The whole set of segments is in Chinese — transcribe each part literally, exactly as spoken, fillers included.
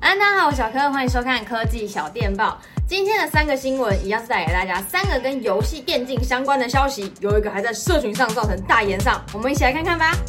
大家好，我是小柯，欢迎收看科技小电报。今天的三个新闻一样是带给大家三个跟游戏电竞相关的消息，有一个还在社群上造成大延上，我们一起来看看吧。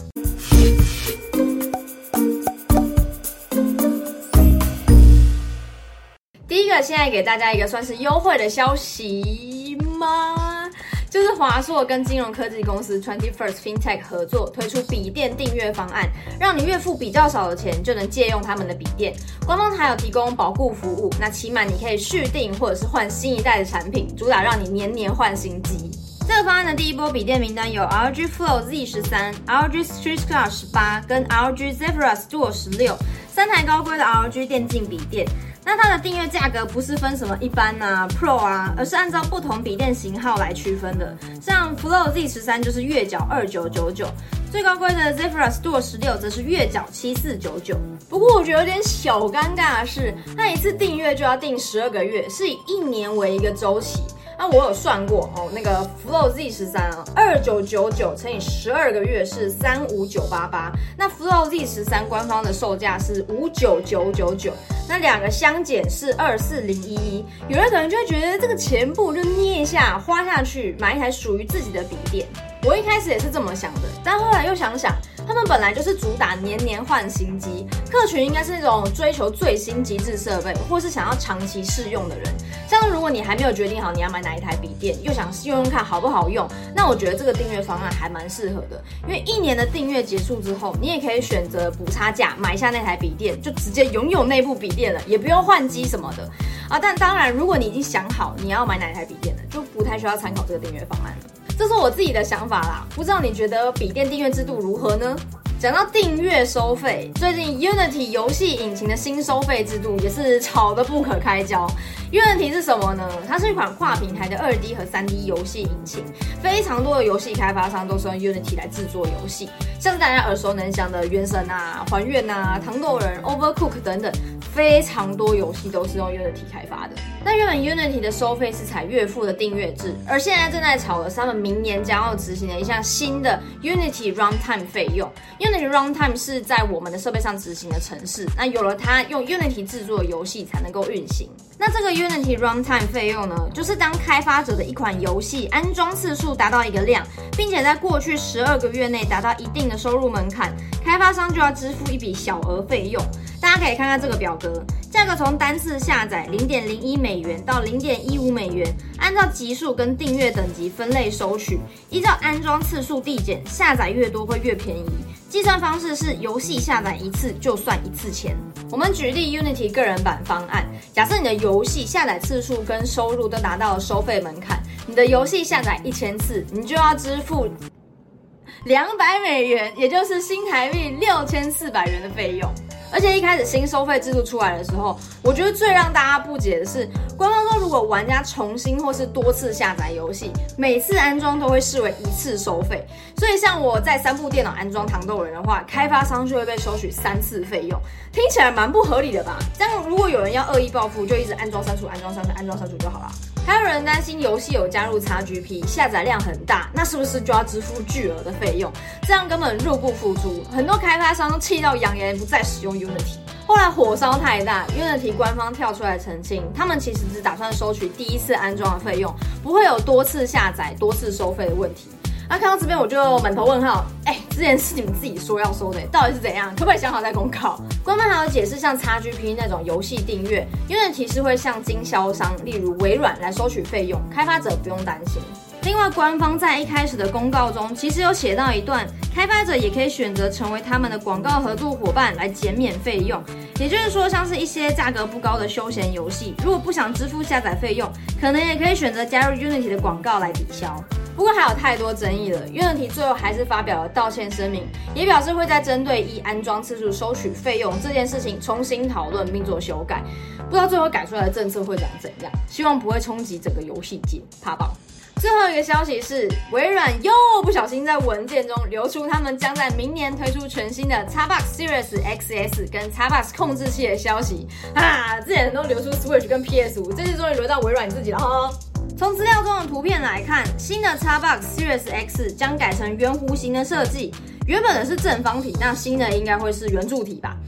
第一个，现在给大家一个算是优惠的消息吗？就是华硕跟金融科技公司 twenty first Fintech 合作推出笔电订阅方案，让你月付比较少的钱就能借用他们的笔电。官方还有提供保固服务，那起码你可以续订或者是换新一代的产品，主打让你年年换新机。这个方案的第一波笔电名单有 R O G Flow Z 十三、R O G Street Scar 十八跟 R O G Zephyrus Duo 十六三台高规的 R O G 电竞笔电。那它的订阅价格不是分什么一般啊、Pro 啊，而是按照不同笔电型号来区分的。像 Flow Z 十三就是月缴二九九九，最高规的 Zephyrus Duo 十六则是月缴七四九九。不过我觉得有点小尴尬的是，它一次订阅就要订十二个月，是以一年为一个周期。那我有算过哦，那个 Flow Z 十三啊，二九九九乘以十二个月是三五九八八，那 Flow Z 十三官方的售价是五九九九九，那两个相减是二四零一一。有人可能就会觉得这个钱不如就捏一下花下去，买一台属于自己的笔电。我一开始也是这么想的，但后来又想想，他们本来就是主打年年换新机，客群应该是那种追求最新极致设备，或是想要长期试用的人。像如果你还没有决定好你要买哪一台笔电，又想用用看好不好用，那我觉得这个订阅方案还蛮适合的。因为一年的订阅结束之后，你也可以选择补差价买下那台笔电，就直接拥有那部笔电了，也不用换机什么的啊。但当然，如果你已经想好你要买哪一台笔电了，就不太需要参考这个订阅方案了。这是我自己的想法啦，不知道你觉得笔电订阅制度如何呢？讲到订阅收费，最近 Unity 游戏引擎的新收费制度也是吵得不可开交。Unity 是什么呢？它是一款跨平台的 二 D 和 三 D 游戏引擎，非常多的游戏开发商都是用 Unity 来制作游戏，像是大家耳熟能详的原神啊、还愿啊、糖豆人、Overcook 等等，非常多游戏都是用 Unity 开发的。那原本 Unity 的收费是采月付的订阅制，而现在正在炒的是他们明年将要执行的一项新的 Unity Runtime 费用。Unity Runtime 是在我们的设备上执行的程式，那有了它，用 Unity 制作的游戏才能够运行。那这个 Unity Runtime 费用呢，就是当开发者的一款游戏安装次数达到一个量，并且在过去十二个月内达到一定的收入门槛，开发商就要支付一笔小额费用。大家可以看看这个表格，价格从单次下载 零点零一美元到 零点一五美元，按照级数跟订阅等级分类收取，依照安装次数递减，下载越多会越便宜。计算方式是游戏下载一次就算一次钱。我们举例 Unity 个人版方案，假设你的游戏下载次数跟收入都达到了收费门槛，你的游戏下载一千次，你就要支付两百美元，也就是新台币六千四百元的费用。而且一开始新收费制度出来的时候，我觉得最让大家不解的是，官方说如果玩家重新或是多次下载游戏，每次安装都会视为一次收费。所以像我在三部电脑安装糖豆人的话，开发商就会被收取三次费用，听起来蛮不合理的吧？这样如果有人要恶意报复，就一直安装删除、安装删除、安装删除就好了。还有人担心游戏有加入 X G P， 下载量很大，那是不是就要支付巨额的费用？这样根本入不敷出，很多开发商都气到扬言不再使用 Unity。后来火烧太大 ，Unity 官方跳出来澄清，他们其实只打算收取第一次安装的费用，不会有多次下载、多次收费的问题。那、啊、看到这边我就满头问号，哎、欸，之前是你们自己说要收的，到底是怎样？可不可以想好再公告？官方还有解释，像 X G P 那种游戏订阅 ，Unity 是会向经销商，例如微软来收取费用，开发者不用担心。另外，官方在一开始的公告中，其实有写到一段，开发者也可以选择成为他们的广告合作伙伴来减免费用。也就是说，像是一些价格不高的休闲游戏，如果不想支付下载费用，可能也可以选择加入 Unity 的广告来抵消。不过还有太多争议了 ，Unity 最后还是发表了道歉声明，也表示会在针对依安装次数收取费用这件事情重新讨论并做修改。不知道最后改出来的政策会长怎样，希望不会冲击整个游戏界，怕爆。最后一个消息是，微软又不小心在文件中流出他们将在明年推出全新的 Xbox Series X S 跟 Xbox 控制器的消息啊！之前都流出 Switch 跟 P S 五，这次终于轮到微软你自己了哈。从资料中的图片来看，新的 Xbox Series X 将改成圆弧形的设计，原本的是正方体，那新的应该会是圆柱体吧。上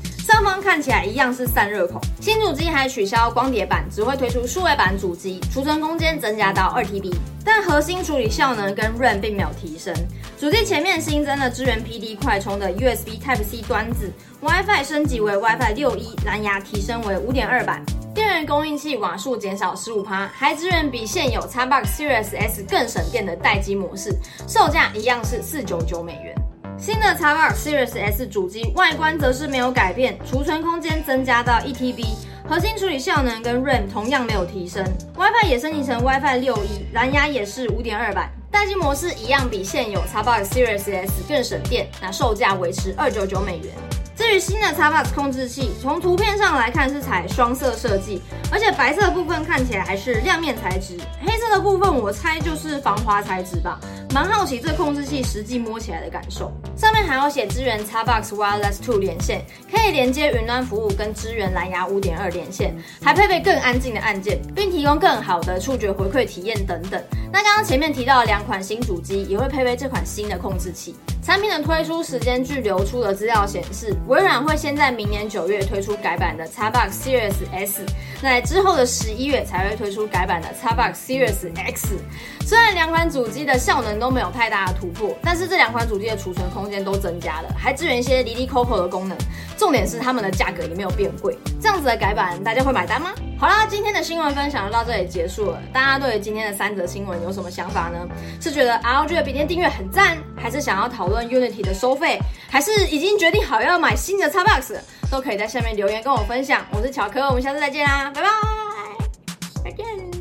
上方看起来一样是散热孔。新主机还取消光碟版，只会推出数位版主机，储存空间增加到 二 T B， 但核心处理效能跟 RAM 并没有提升。主机前面新增了支援 P D 快充的 U S B Type C 端子 ，WiFi 升级为 WiFi 六点一， 蓝牙提升为 五点二 版。电源供应器瓦数减少 百分之十五， 还支援比现有 Xbox Series S 更省电的待机模式，售价一样是四百九十九美元。新的 Xbox Series S 主机外观则是没有改变，储存空间增加到 一 T B， 核心处理效能跟 RAM 同样没有提升 ，WiFi 也升级成 WiFi 六点一， 蓝牙也是 五点二 版。待机模式一样比现有 Xbox Series S 更省电，那售价维持二百九十九美元。至于新的 Xbox 控制器，从图片上来看是采双色设计，而且白色的部分看起来还是亮面材质，黑色的部分我猜就是防滑材质吧。蛮好奇这控制器实际摸起来的感受。上面还有写支援 Xbox Wireless 二连线，可以连接云端服务跟支援蓝牙 五点二 连线，还配备更安静的按键，并提供更好的触觉回馈体验等等。那刚刚前面提到的两款新主机也会配备这款新的控制器。产品的推出时间，据流出的资料显示，微软会先在明年九月推出改版的 Xbox Series S， 那之后的十一月才会推出改版的 Xbox Series X。虽然两款主机的效能都没有太大的突破，但是这两款主机的储存空间都增加了，还支援一些哩哩扣扣的功能。重点是它们的价格也没有变贵，这样子的改版大家会买单吗？好啦，今天的新闻分享就到这里结束了。大家对于今天的三则新闻有什么想法呢？是觉得 R O G 的笔电订阅很赞，还是想要讨论 Unity 的收费，还是已经决定好要买新的 Xbox？ 都可以在下面留言跟我分享。我是巧克，我们下次再见啦，拜拜，再见。